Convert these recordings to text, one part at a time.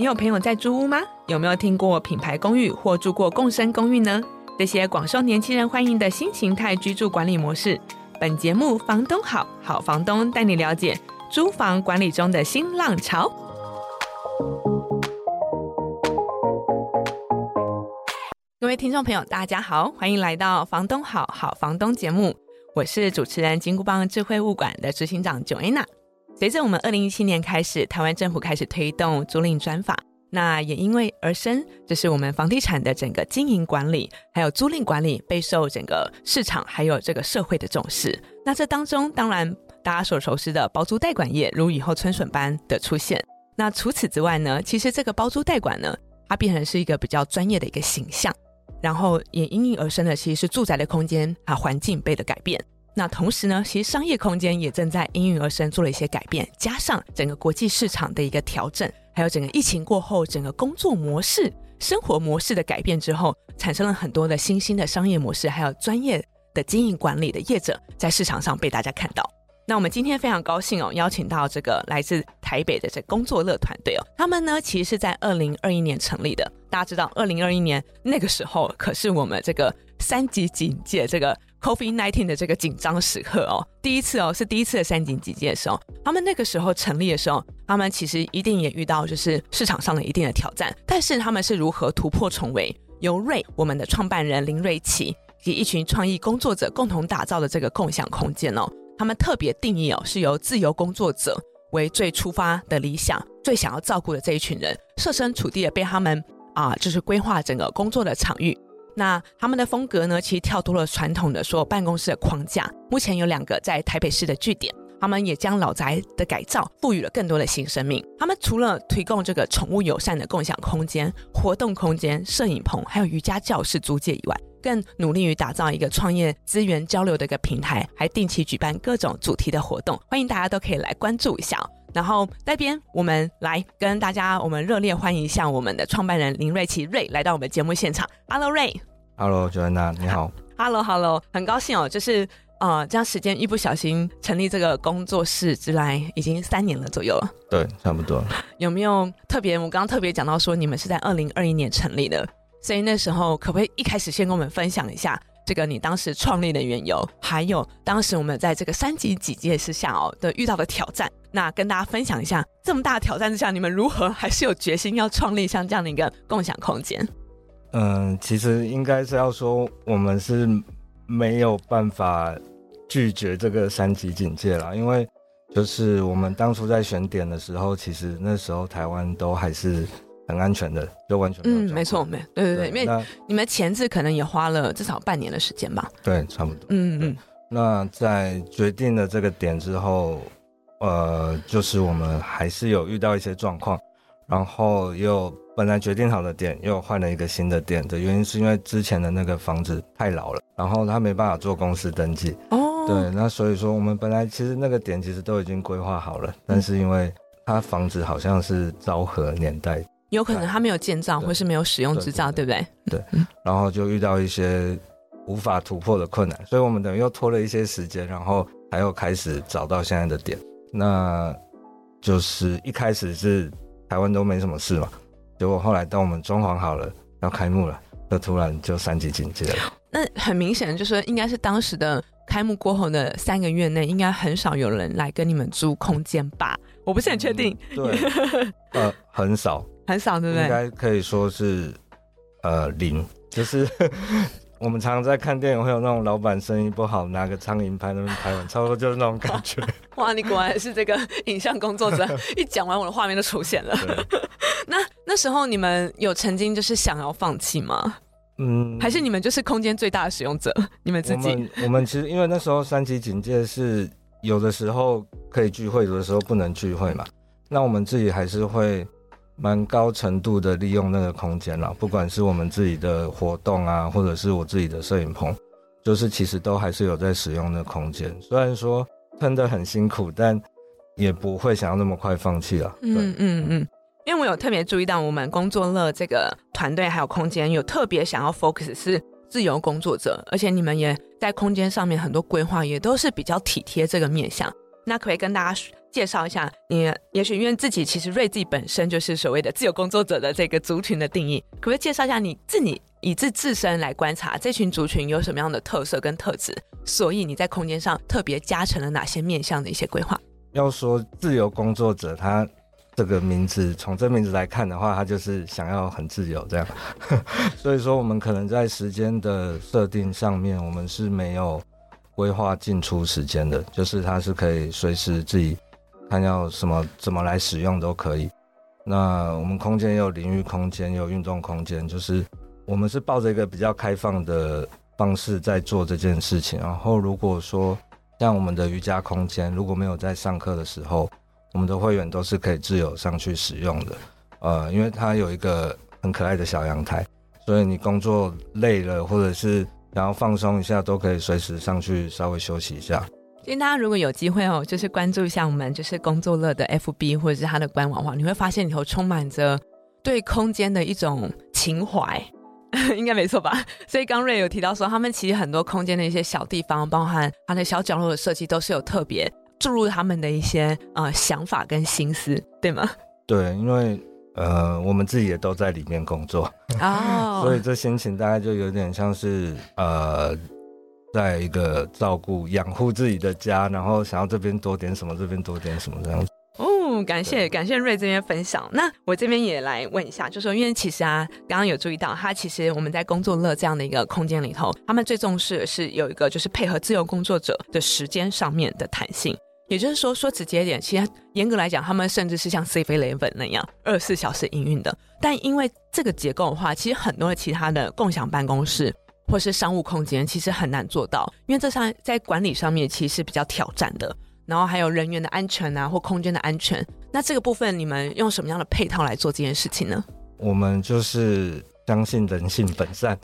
你有朋友在租屋吗？有没有听过品牌公寓或住过共生公寓呢？这些广受年轻人欢迎的新形态居住管理模式，本节目房东好好房东带你了解租房管理中的新浪潮。各位听众朋友大家好，欢迎来到房东好好房东节目，我是主持人金箍棒智慧物管的执行长 Joanna。 随着我们2017年开始，台湾政府开始推动租赁专法，那也因为而生，就是我们房地产的整个经营管理还有租赁管理备受整个市场还有这个社会的重视。那这当中当然大家所熟知的包租代管业如雨后春笋般的出现。那除此之外呢，其实这个包租代管呢，它变成是一个比较专业的一个形象，然后也因应而生的其实是住宅的空间环境被的改变。那同时呢，其实商业空间也正在因应而生做了一些改变，加上整个国际市场的一个调整，还有整个疫情过后整个工作模式生活模式的改变之后，产生了很多的新兴的商业模式，还有专业的经营管理的业者在市场上被大家看到。那我们今天非常高兴邀请到这个来自台北的这工作乐团队他们呢其实是在2021年成立的。大家知道2021年那个时候可是我们这个3级警戒这个 COVID-19 的这个紧张时刻第一次是第一次的3级警戒的时候，他们那个时候成立的时候，他们其实一定也遇到就是市场上的一定的挑战，但是他们是如何突破重围，由瑞我们的创办人林瑞琪以及一群创意工作者共同打造的这个共享空间他们特别定义是由自由工作者为最出发的理想，最想要照顾的这一群人，设身处地的被他们就是规划整个工作的场域。那他们的风格呢，其实跳脱了传统的所有办公室的框架，目前有2个在台北市的据点，他们也将老宅的改造赋予了更多的新生命。他们除了提供这个宠物友善的共享空间、活动空间、摄影棚还有瑜伽教室租借以外，更努力于打造一个创业资源交流的一个平台，还定期举办各种主题的活动，欢迎大家都可以来关注一下然后那边我们来跟大家我们热烈欢迎一下我们的创办人林瑞琪瑞来到我们节目现场。 Hello 瑞。 Hello Joanna 你好。 Hello 很高兴就是这样时间一不小心成立这个工作室之来已经3年了左右了。 对，差不多。 有没有特别，我刚刚特别讲到说你们是在2021年成立的，所以那时候可不可以一开始先跟我们分享一下这个你当时创立的缘由，还有当时我们在这个3级警戒之下的遇到的挑战，那跟大家分享一下这么大的挑战之下你们如何还是有决心要创立像这样的一个共享空间。 其实应该是要说我们是没有办法拒绝这个3级警戒啦，因为就是我们当初在选点的时候，其实那时候台湾都还是很安全的，就完全没有没错，对，因为你们前置可能也花了至少半年的时间吧。 对，差不多。那在决定了这个点之后，就是我们还是有遇到一些状况，然后也有本来决定好的点又换了一个新的点的原因是因为之前的那个房子太老了，然后他没办法做公司登记。对，那所以说我们本来其实那个点其实都已经规划好了，但是因为他房子好像是昭和年代， 有可能他没有建造或是没有使用执照， 对不对？ 对，然后就遇到一些无法突破的困难，所以我们等于又拖了一些时间，然后还又开始找到现在的点。那就是一开始是台湾都没什么事嘛，结果后来当我们装潢好了要开幕了，就突然就3级警戒了。 那很明显就是应该是当时的开幕过后的3个月内应该很少有人来跟你们租空间吧，我不是很确定。 对很少，对不对？应该可以说是零，就是我们常常在看电影会有那种老板生意不好拿个苍蝇拍那边拍完，差不多就是那种感觉。 哇，你果然是这个影像工作者，一讲完我的画面就出现了。那时候你们有曾经就是想要放弃吗？还是你们就是空间最大的使用者你们自己？ 我们其实因为那时候3级警戒是有的时候可以聚会，有的时候不能聚会嘛，那我们自己还是会蛮高程度的利用那个空间啦，不管是我们自己的活动啊，或者是我自己的摄影棚，就是其实都还是有在使用那个空间，虽然说撑得很辛苦，但也不会想要那么快放弃啦。 因为我有特别注意到我们工作乐这个团队还有空间有特别想要 focus 是自由工作者，而且你们也在空间上面很多规划也都是比较体贴这个面向。那可不可以跟大家介绍一下你，也许因为自己其实瑞自己本身就是所谓的自由工作者的这个族群的定义，可不可以介绍一下你自己以自身来观察这群族群有什么样的特色跟特质，所以你在空间上特别加成了哪些面向的一些规划？ 要说自由工作者，他这个名字从这名字来看的话，他就是想要很自由这样所以说我们可能在时间的设定上面，我们是没有规划进出时间的，就是它是可以随时自己看要怎么来使用都可以。那我们空间也有淋浴空间，也有运动空间，就是我们是抱着一个比较开放的方式在做这件事情。然后如果说像我们的瑜伽空间，如果没有在上课的时候，我们的会员都是可以自由上去使用的。因为它有一个很可爱的小阳台，所以你工作累了或者是想要放松一下，都可以随时上去稍微休息一下。 其实大家如果有机会就是关注一下我们就是工作乐的 FB 或者是它的官网的话，你会发现里头充满着对空间的一种情怀应该没错吧？所以刚瑞有提到说他们其实很多空间的一些小地方，包含它的小角落的设计，都是有特别注入他们的一些想法跟心思，对吗？ 对，因为我们自己也都在里面工作所以这心情大概就有点像是在一个照顾养护自己的家，然后想要这边多点什么，这边多点什么这样子。 感谢瑞这边分享。那我这边也来问一下，就说因为其实刚刚有注意到他其实我们在工作乐这样的一个空间里头，他们最重视的是有一个就是配合自由工作者的时间上面的弹性。也就是说直接一点，其实严格来讲他们甚至是像 7-Eleven 那样24小时营运的，但因为这个结构的话，其实很多的其他的共享办公室或是商务空间其实很难做到，因为这上在管理上面其实是比较挑战的，然后还有人员的安全或空间的安全。那这个部分你们用什么样的配套来做这件事情呢？ 我们就是相信人性本善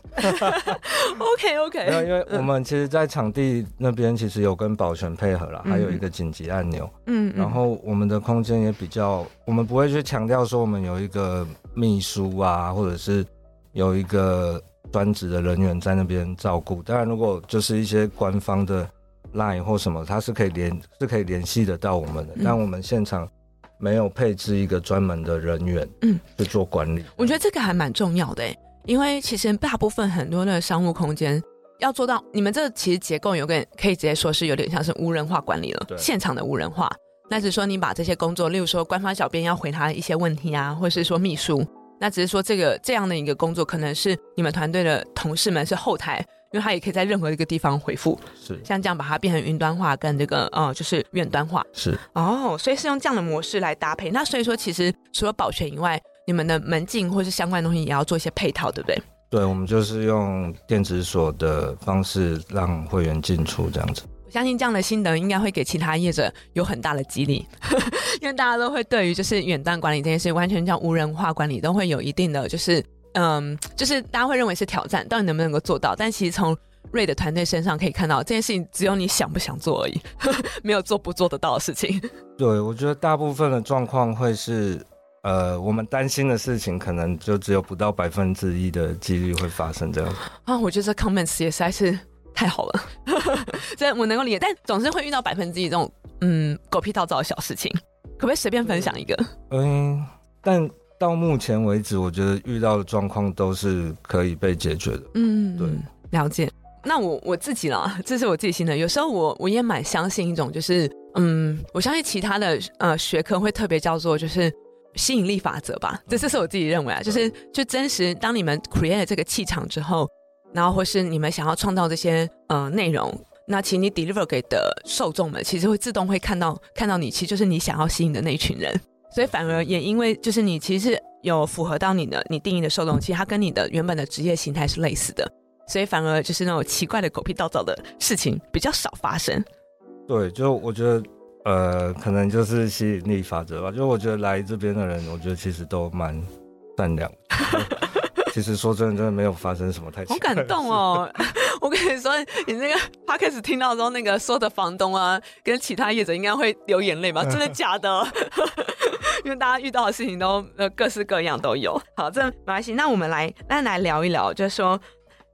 OK 因为我们其实在场地那边其实有跟保全配合啦，还有一个紧急按钮然后我们的空间也比较，我们不会去强调说我们有一个秘书或者是有一个专职的人员在那边照顾。当然如果就是一些官方的 LINE 或什么，它是可以联系得到我们的但我们现场没有配置一个专门的人员去做管理。 我觉得这个还蛮重要的因为其实大部分很多的商务空间要做到，你们这其实结构有点可以直接说是有点像是无人化管理了，现场的无人化。那只是说你把这些工作，例如说官方小编要回他一些问题或者是说秘书，那只是说这样的一个工作可能是你们团队的同事们是后台，因为他也可以在任何一个地方回复， 是像这样把它变成云端化跟这个就是远端化， 是所以是用这样的模式来搭配。那所以说其实除了保全以外，你们的门禁或是相关的东西也要做一些配套，对不对？ 对，我们就是用电子锁的方式让会员进出这样子。 我相信这样的心得应该会给其他业者有很大的激励因为大家都会对于就是远端管理这件事，完全叫无人化管理，都会有一定的就是大家会认为是挑战，到底能不能够做到。但其实从瑞的团队身上可以看到，这件事情只有你想不想做而已没有做不做得到的事情。 对，我觉得大部分的状况会是我们担心的事情可能就只有不到1%的几率会发生这样我觉得这 comments 也实在是太好了这我能够理解，但总是会遇到1%这种狗屁倒灶的小事情。可不可以随便分享一个？ 但到目前为止我觉得遇到的状况都是可以被解决的。对， 了解。那我自己啦，这是我自己心得，有时候我也蛮相信一种就是我相信其他的学科会特别叫做就是吸引力法则吧，这是我自己认为就是就真实当你们 create 了这个气场之后，然后或是你们想要创造这些内容，那其实你 deliver 给的受众们其实会自动会看到你，其实就是你想要吸引的那一群人。所以反而也因为就是你其实是有符合到你定义的受众，其实它跟你的原本的职业形态是类似的，所以反而就是那种奇怪的狗屁倒灶的事情比较少发生。 对，就我觉得可能就是吸引力法则吧，就我觉得来这边的人我觉得其实都蛮善良其实说真的没有发生什么太奇怪的事。 好感动哦我跟你说，你那个 podcast 听到之后，那个所有的房东跟其他业者应该会流眼泪吧？真的假的因为大家遇到的事情都各式各样都有。好，这没关系。那我们来聊一聊，就是说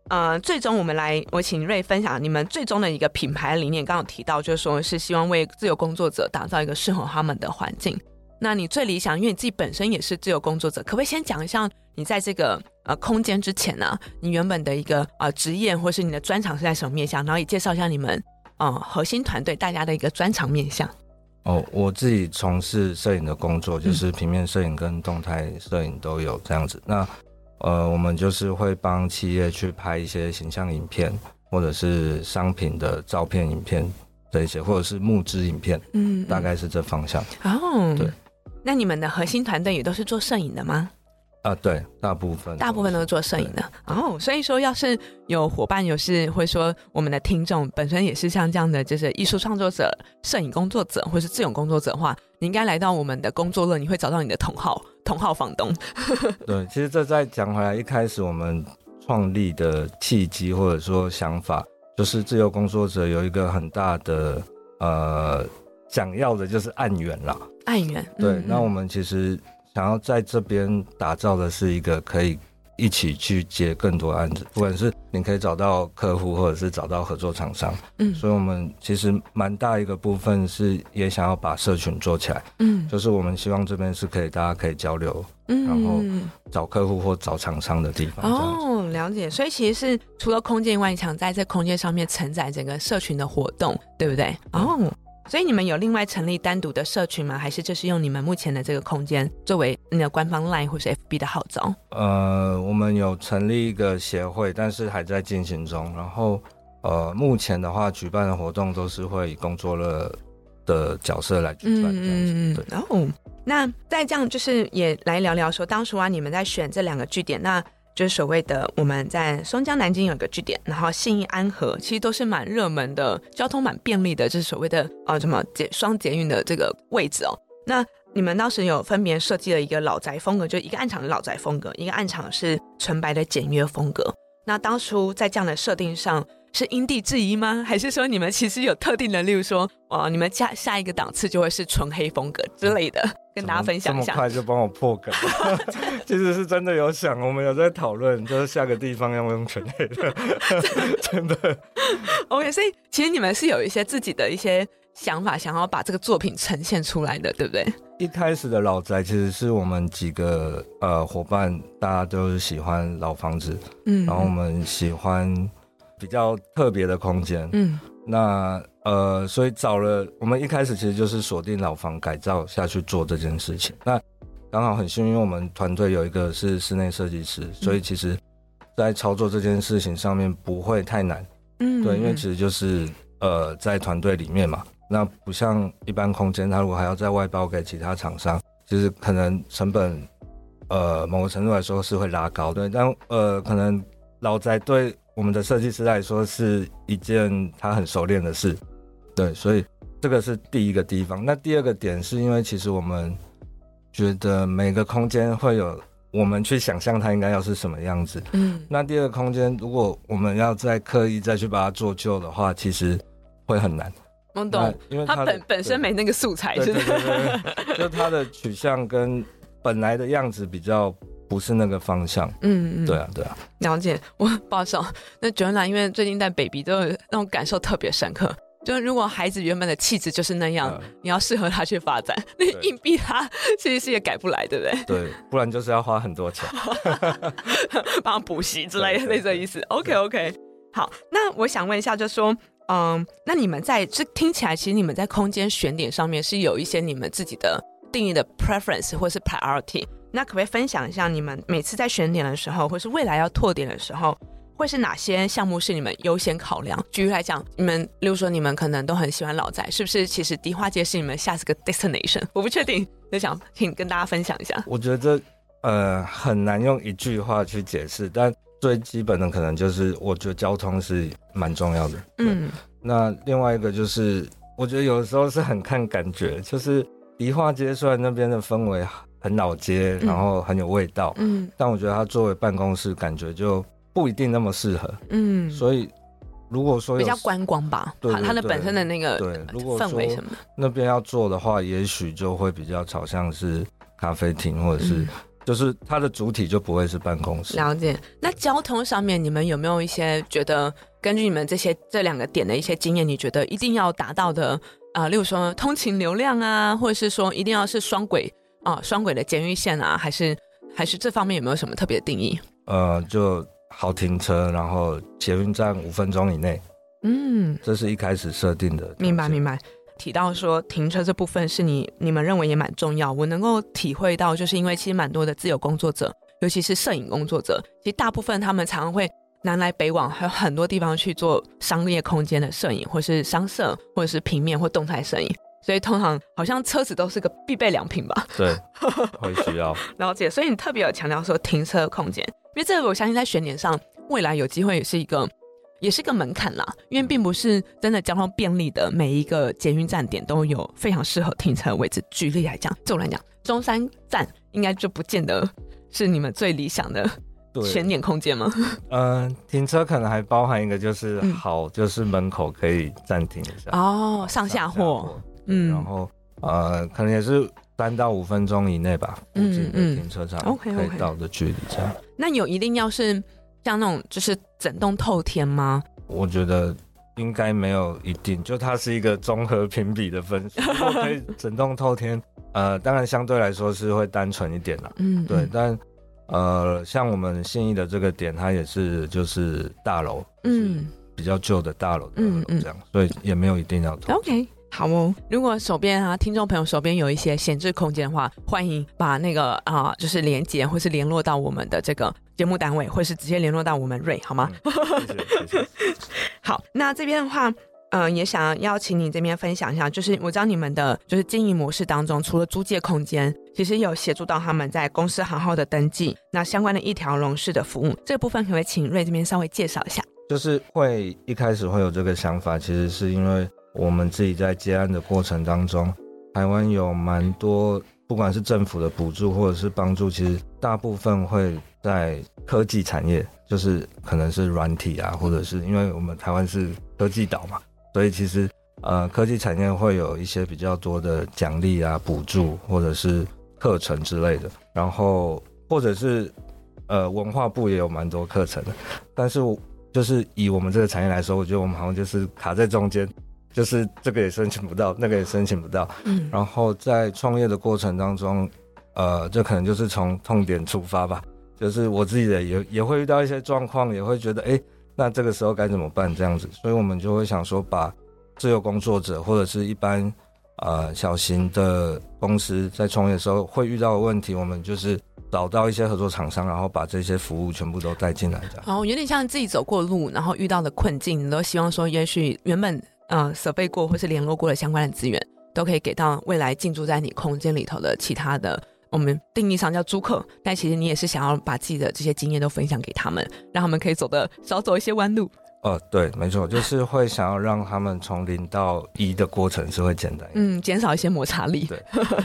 最终我请瑞分享你们最终的一个品牌理念，刚刚有提到就是说是希望为自由工作者打造一个适合他们的环境。那你最理想，因为你自己本身也是自由工作者，可不可以先讲一下你在这个空间之前呢，你原本的一个职业或是你的专长是在什么面向，然后也介绍一下你们核心团队大家的一个专长面向。 我自己从事摄影的工作，就是平面摄影跟动态摄影都有这样子。那我们就是会帮企业去拍一些形象影片，或者是商品的照片影片这一些，或者是募资影片，大概是这方向。对。 那你们的核心团队也都是做摄影的吗？ 对，大部分都是做摄影的。所以说要是有伙伴或者说我们的听众本身也是像这样的就是艺术创作者、摄影工作者或是自由工作者的话，你应该来到我们的工作乐，你会找到你的同好房东。 对，其实这再讲回来，一开始我们创立的契机或者说想法，就是自由工作者有一个很大的想要的就是案源啦。 案源， 对，那我们其实想要在这边打造的是一个可以一起去接更多案子，不管是你可以找到客户或者是找到合作厂商。所以我们其实蛮大一个部分是也想要把社群做起来。就是我们希望这边是大家可以交流，然后找客户或找厂商的地方。 了解。所以其实是除了空间以外，你想在这空间上面承载整个社群的活动，对不对？所以你们有另外成立单独的社群吗？还是就是用你们目前的这个空间作为你的官方 LINE 或是 FB 的号召？ 我们有成立一个协会，但是还在进行中。然后目前的话，举办的活动都是会以工作乐的角色来举办这样子。对。 那再这样就是也来聊聊说，当初你们在选这2个据点，那就是所谓的我们在松江南京有个据点，然后信义安和其实都是蛮热门的，交通蛮便利的，就是所谓的双捷运的这个位置。那你们当时有分别设计了一个老宅风格，就一个暗场的老宅风格，一个暗场是纯白的简约风格。那当初在这样的设定上是因地制宜吗？还是说你们其实有特定的，例如说你们下一个档次就会是纯黑风格之类的，跟大家分享一下。 这么快就帮我破梗其实是真的有想，我们有在讨论，就是下个地方要用全黑的真的。 OK， 所以其实你们是有一些自己的一些想法，想要把这个作品呈现出来的，对不对？ 一开始的老宅其实是我们几个伙伴，大家都是喜欢老房子，然后我们喜欢比较特别的空间。那所以我们一开始其实就是锁定老房改造下去做这件事情。那刚好很幸运，因为我们团队有一个是室内设计师，所以其实在操作这件事情上面不会太难。对，因为其实就是在团队里面嘛。那不像一般空间，它如果还要再外包给其他厂商，其实可能成本某个程度来说是会拉高。对，但可能老宅对我们的设计师来说是一件他很熟练的事。对，所以这个是第一个地方。那第二个点是因为其实我们觉得每个空间会有我们去想象它应该要是什么样子。那第二个空间如果我们要再刻意再去把它做旧的话，其实会很难。 我懂，因为它本身没那个素材，是不是？ 对，就它的取向跟本来的样子比较不是那个方向。对啊。 了解。我不好意思那 Joanna 因为最近带 baby 都有那种感受特别深刻，就是如果孩子原本的气质就是那样，你要适合他去发展，那硬逼他其实是也改不来，对不对？ 对，不然就是要花很多钱帮他补习之类的，类似的意思。OK， 好，那我想问一下，就是说那你们这听起来其实你们在空间选点上面是有一些你们自己的定义的 preference 或是 priority， 那可不可以分享一下你们每次在选点的时候，或是未来要拓点的时候，会是哪些项目是你们优先考量？举例来讲，例如说你们可能都很喜欢老宅，是不是其实迪化街是你们下次个 destination？ 我不确定，就想请跟大家分享一下。 我觉得很难用一句话去解释，但最基本的可能就是我觉得交通是蛮重要的。那另外一个就是我觉得有的时候是很看感觉，就是迪化街虽然那边的氛围很老街，然后很有味道，但我觉得它作为办公室感觉就不一定那么适合。所以如果说比较观光吧，对，它的本身的那个氛围什么的， 那边要做的话，也许就会比较朝向是咖啡厅或者是就是它的主体就不会是办公室。 了解。那交通上面你们有没有一些觉得根据你们这两个点的一些经验，你觉得一定要达到的例如说通勤流量啊，或者是说一定要是双轨的捷运线啊，还是这方面有没有什么特别的定义？ 就好停车，然后捷运站5分钟以内。这是一开始设定的。 明白。提到说停车这部分是你们认为也蛮重要，我能够体会到，就是因为其实蛮多的自由工作者，尤其是摄影工作者，其实大部分他们常常会南来北往，还有很多地方去做商业空间的摄影，或是商摄，或者是平面或动态摄影，所以通常好像车子都是个必备良品吧。 对，会需要。 了解。所以你特别有强调说停车空间，因为这个我相信在选点上未来有机会也是一个门槛啦，因为并不是真的交通便利的每一个捷运站点都有非常适合停车的位置。举例来讲，对我来讲，中山站应该就不见得是你们最理想的选点空间吗？ 停车可能还包含一个就是就是门口可以暂停一下上下货， 然后可能也是3到5分钟以内吧，附近的停车场可以到的距离这样。 那有一定要是像那种就是整栋透天吗？ 我觉得应该没有一定，就它是一个综合评比的分数。如果可以整栋透天，当然相对来说是会单纯一点啦。对，但像我们信义的这个点，它也是就是大楼，比较旧的大楼这样，所以也没有一定要透天。 OK。好哦，如果手边听众朋友手边有一些闲置空间的话，欢迎把那个就是连结或是联络到我们的这个节目单位，或是直接联络到我们瑞，好吗？ 谢谢。 好，那这边的话也想邀请你这边分享一下，就是我知道你们的就是经营模式当中，除了租借空间，其实有协助到他们在公司行号的登记，那相关的一条龙式的服务，这个部分可不可以请瑞这边稍微介绍一下？ 就是一开始会有这个想法，其实是因为我们自己在接案的过程当中，台湾有蛮多不管是政府的补助或者是帮助，其实大部分会在科技产业，就是可能是软体啊，或者是因为我们台湾是科技岛嘛，所以其实科技产业会有一些比较多的奖励啊、补助或者是课程之类的，然后或者是文化部也有蛮多课程的，但是就是以我们这个产业来说，我觉得我们好像就是卡在中间，就是这个也申请不到，那个也申请不到。然后在创业的过程当中，这可能就是从痛点出发吧，就是我自己的也会遇到一些状况，也会觉得那这个时候该怎么办这样子，所以我们就会想说，把自由工作者或者是一般小型的公司在创业的时候会遇到的问题，我们就是找到一些合作厂商，然后把这些服务全部都带进来这样。 有点像自己走过路，然后遇到的困境，你都希望说也许原本设备过或是联络过的相关的资源，都可以给到未来进驻在你空间里头的其他的，我们定义上叫租客，但其实你也是想要把自己的这些经验都分享给他们，让他们可以少走一些弯路。 对，没错，就是会想要让他们从0到1的过程是会简单减少一些摩擦力。 对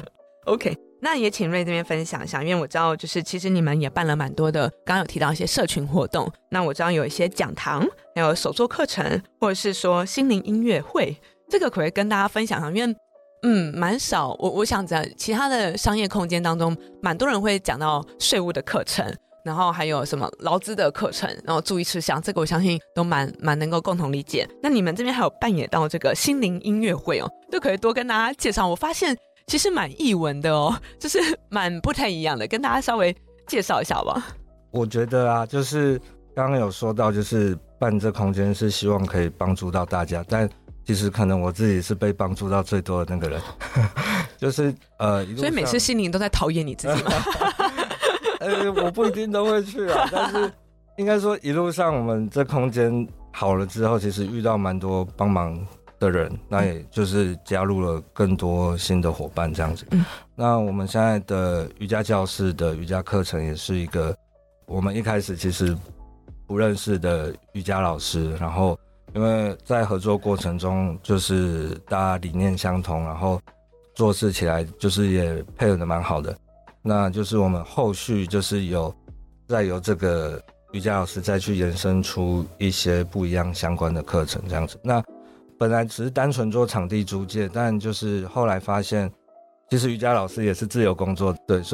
OK， 那也请瑞这边分享一下，因为我知道就是其实你们也办了蛮多的，刚刚有提到一些社群活动，那我知道有一些讲堂，还有手作课程，或者是说心灵音乐会，这个可不可以跟大家分享一下？因为蛮少，我想在其他的商业空间当中，蛮多人会讲到税务的课程，然后还有什么劳资的课程，然后注意事项，这个我相信都蛮能够共同理解。那你们这边还有扮演到这个心灵音乐会就可以多跟大家介绍。我发现其实蛮艺文的就是蛮不太一样的，跟大家稍微介绍一下吧。 我觉得就是刚刚有说到，就是办这空间是希望可以帮助到大家，但其实可能我自己是被帮助到最多的那个人就是所以每次心灵都在讨厌你自己吗？ 我不一定都会去但是应该说一路上我们这空间好了之后，其实遇到蛮多帮忙的人，那也就是加入了更多新的伙伴这样子。那我们现在的瑜伽教室的瑜伽课程也是一个我们一开始其实不认识的瑜伽老师，然后因为在合作过程中就是大家理念相同，然后做事起来就是也配合的蛮好的，那就是我们后续就是再由这个瑜伽老师再去延伸出一些不一样相关的课程这样子。那本来只是单纯做场地租借，但就是后来发现其实瑜伽老师也是自由工作，对，所以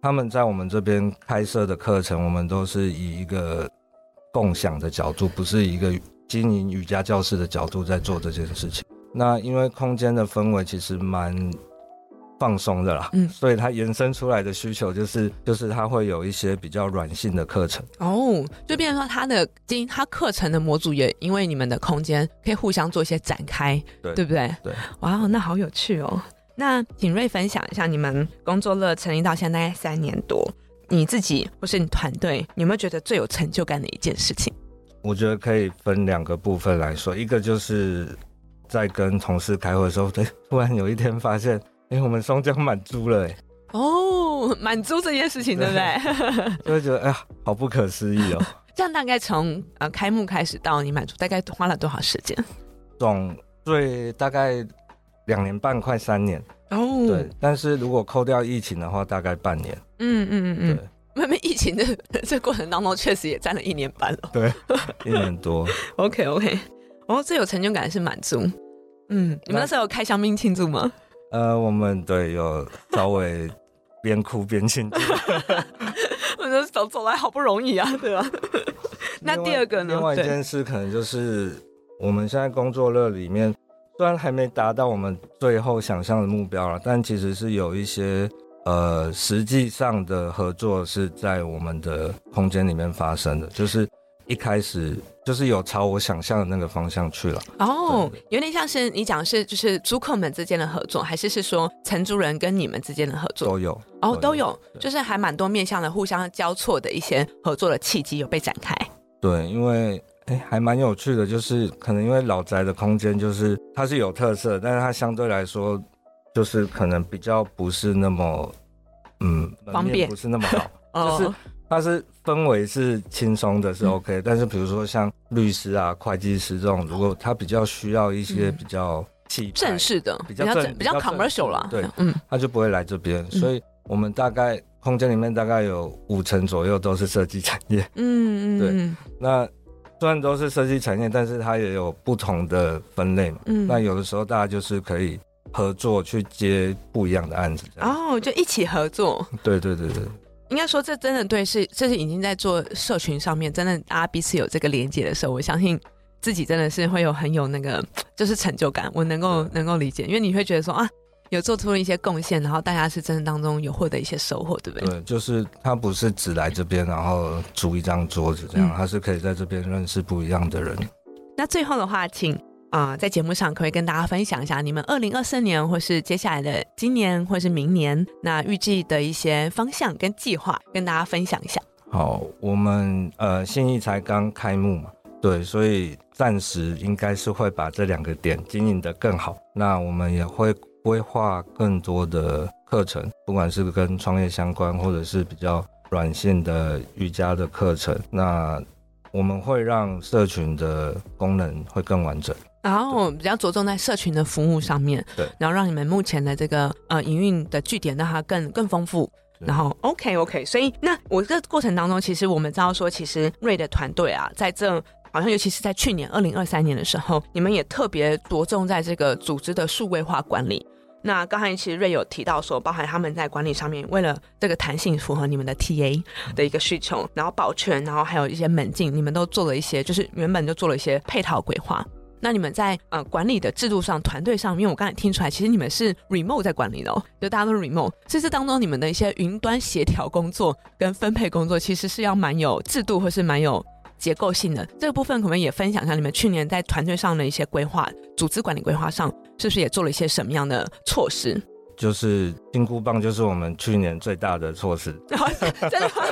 他们在我们这边开设的课程，我们都是以一个共享的角度，不是一个经营瑜伽教室的角度在做这件事情。那因为空间的氛围其实蛮放松的啦，所以它延伸出来的需求就是它会有一些比较软性的课程哦，就变成说它课程的模组也因为你们的空间可以互相做一些展开， 对不对？ 对， 哇，那好有趣哦。那景瑞分享一下，你们工作乐成立到现在大概3年多，你自己或是你团队，你有没有觉得最有成就感的一件事情？ 我觉得可以分2个部分来说，一个就是在跟同事开会的时候，突然有一天发现我们松江满租了哦，满租这件事情对不对？ 就会觉得好不可思议哦。 这样大概从开幕开始到你满租大概花了多少时间？ 大概2年半快3年哦。对，但是如果扣掉疫情的话大概半年。对， 慢慢疫情的这过程当中确实也占了1年半了。 对，1年多。 OK， 最有成就感是满租。你们那时候有开香槟庆祝吗？ 我们有稍微边哭边庆祝。 我觉得走来好不容易啊，对吧？那第二个呢？ 另外一件事可能就是我们现在工作乐里面，虽然还没达到我们最后想象的目标了，但其实是有一些实际上的合作是在我们的空间里面发生的，就是一开始就是有朝我想象的那个方向去了。 有点像是你讲的是就是租客们之间的合作，还是说承租人跟你们之间的合作？都有，就是还蛮多面向的互相交错的一些合作的契机有被展开。 对，因为还蛮有趣的，就是可能因为老宅的空间就是它是有特色，但是它相对来说就是可能比较不是那么方便， 不是那么好。就是它是氛围是轻松的是 OK，但是比如说像律师啊会计师这种，如果他比较需要一些比较气派正式的比较 commercial 啦， 对，他就不会来这边。所以我们大概空间里面大概有50%左右都是设计产业。对，那虽然都是设计产业，但是它也有不同的分类嘛。那有的时候大家就是可以合作去接不一样的案子， 就一起合作。 对， 应该说这真的这是已经在做社群上面，真的大家彼此有这个连结的时候，我相信自己真的是会很有那个就是成就感，我能够理解，因为你会觉得说有做出了一些贡献，然后大家是真的当中有获得一些收获，对不对？ 对，就是他不是只来这边然后租一张桌子这样，他是可以在这边认识不一样的人。 那最后的话请在节目上可以跟大家分享一下你们2024年或是接下来的今年或是明年那预计的一些方向跟计划跟大家分享一下。 好，我们信义才刚开幕嘛，对，所以暂时应该是会把这2个点经营得更好。那我们也会规划更多的课程，不管是跟创业相关或者是比较软性的瑜伽的课程，那我们会让社群的功能会更完整， 然后比较着重在社群的服务上面， 对， 然后让你们目前的这个营运的据点让它更丰富。然后 OK， 所以那我这个过程当中，其实我们知道说，其实瑞的团队在这好像尤其是在去年2023年的时候，你们也特别着重在这个组织的数位化管理。那刚才其实瑞有提到说，包含他们在管理上面为了这个弹性符合你们的 TA 的一个需求，然后保全，然后还有一些门禁，你们都做了一些，就是原本就做了一些配套规划。那你们在管理的制度上团队上，因为我刚才听出来其实你们是 remote 在管理的就大家都是 remote， 所以这当中你们的一些云端协调工作跟分配工作其实是要蛮有制度或是蛮有结构性的。这个部分可不可以也分享一下你们去年在团队上的一些规划，组织管理规划上是不是也做了一些什么样的措施？ 就是金箍棒就是我们去年最大的措施。 真的吗？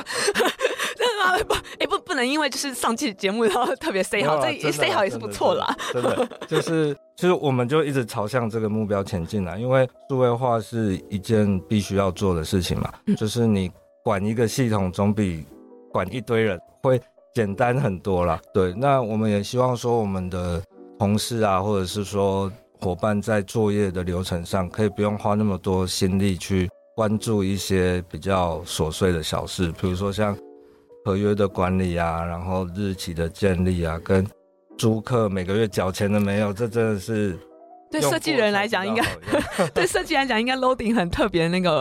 不能因为就是上期节目然后特别 say 好，这一 say 好也是不错啦。 真的就是我们就一直朝向这个目标前进啦，因为数位化是一件必须要做的事情嘛，就是你管一个系统总比管一堆人会简单很多啦。对，那我们也希望说我们的同事啊，或者是说伙伴在作业的流程上可以不用花那么多心力去关注一些比较琐碎的小事，比如说像合约的管理啊，然后日期的建立啊，跟租客每个月缴钱了没有，这真的是对设计人来讲应该对设计来讲应该 loading 很特别，那个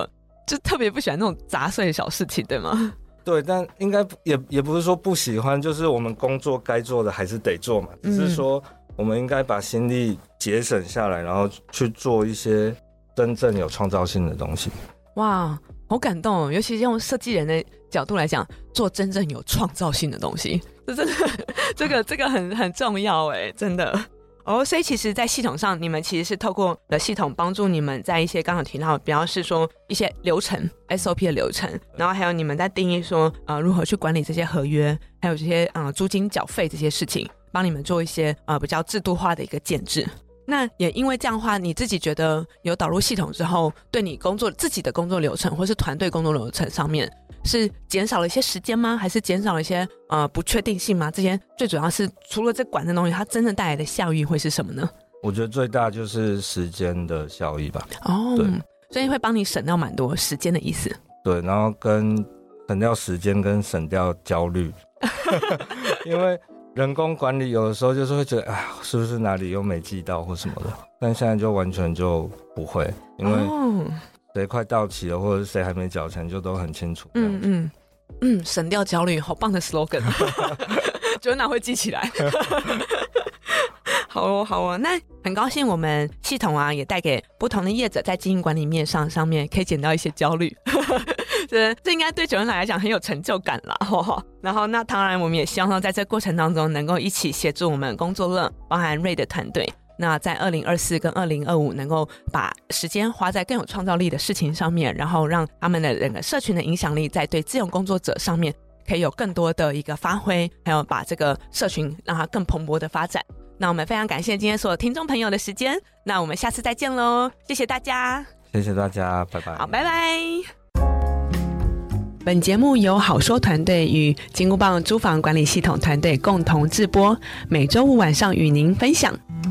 就特别不喜欢那种杂碎的小事情，对吗？ 对，但应该也不是说不喜欢，就是我们工作该做的还是得做嘛，只是说我们应该把心力节省下来，然后去做一些真正有创造性的东西。哇， 好感动哦！尤其是用设计人的角度来讲，做真正有创造性的东西，这真的这个很重要哎，真的。所以其实在系统上，你们其实是透过的系统帮助你们在一些刚刚提到，比方是说一些流程 SOP 的流程，然后还有你们在定义说如何去管理这些合约，还有这些租金缴费这些事情，帮你们做一些比较制度化的一个建制。那也因为这样的话，你自己觉得有导入系统之后，对你自己的工作流程或是团队工作流程上面是减少了一些时间吗？还是减少了一些不确定性吗？这些最主要是除了这管的东西，它真正带来的效益会是什么呢？ 我觉得最大就是时间的效益吧。 对，所以会帮你省掉蛮多时间的意思。 对，然后省掉时间跟省掉焦虑，因为人工管理有的时候就是会觉得是不是哪里又没记到或什么的，但现在就完全就不会，因为谁快到期了或者谁还没缴钱就都很清楚。 省掉焦虑，好棒的 slogan， Joanna 会记起来。好哦，那很高兴我们系统也带给不同的业者在经营管理面上面可以减掉一些焦虑。这应该对Joanna来讲很有成就感啦。然后那当然我们也希望在这过程当中能够一起协助我们工作乐包含瑞的团队，那在2024跟2025能够把时间花在更有创造力的事情上面，然后让他们的整个社群的影响力在对自由工作者上面可以有更多的一个发挥，还有把这个社群让它更蓬勃的发展。那我们非常感谢今天所有听众朋友的时间，那我们下次再见咯，谢谢大家。 谢谢大家，拜拜。 好，拜拜。本节目由好说团队与金箍棒租房管理系统团队共同制播，每周五晚上与您分享。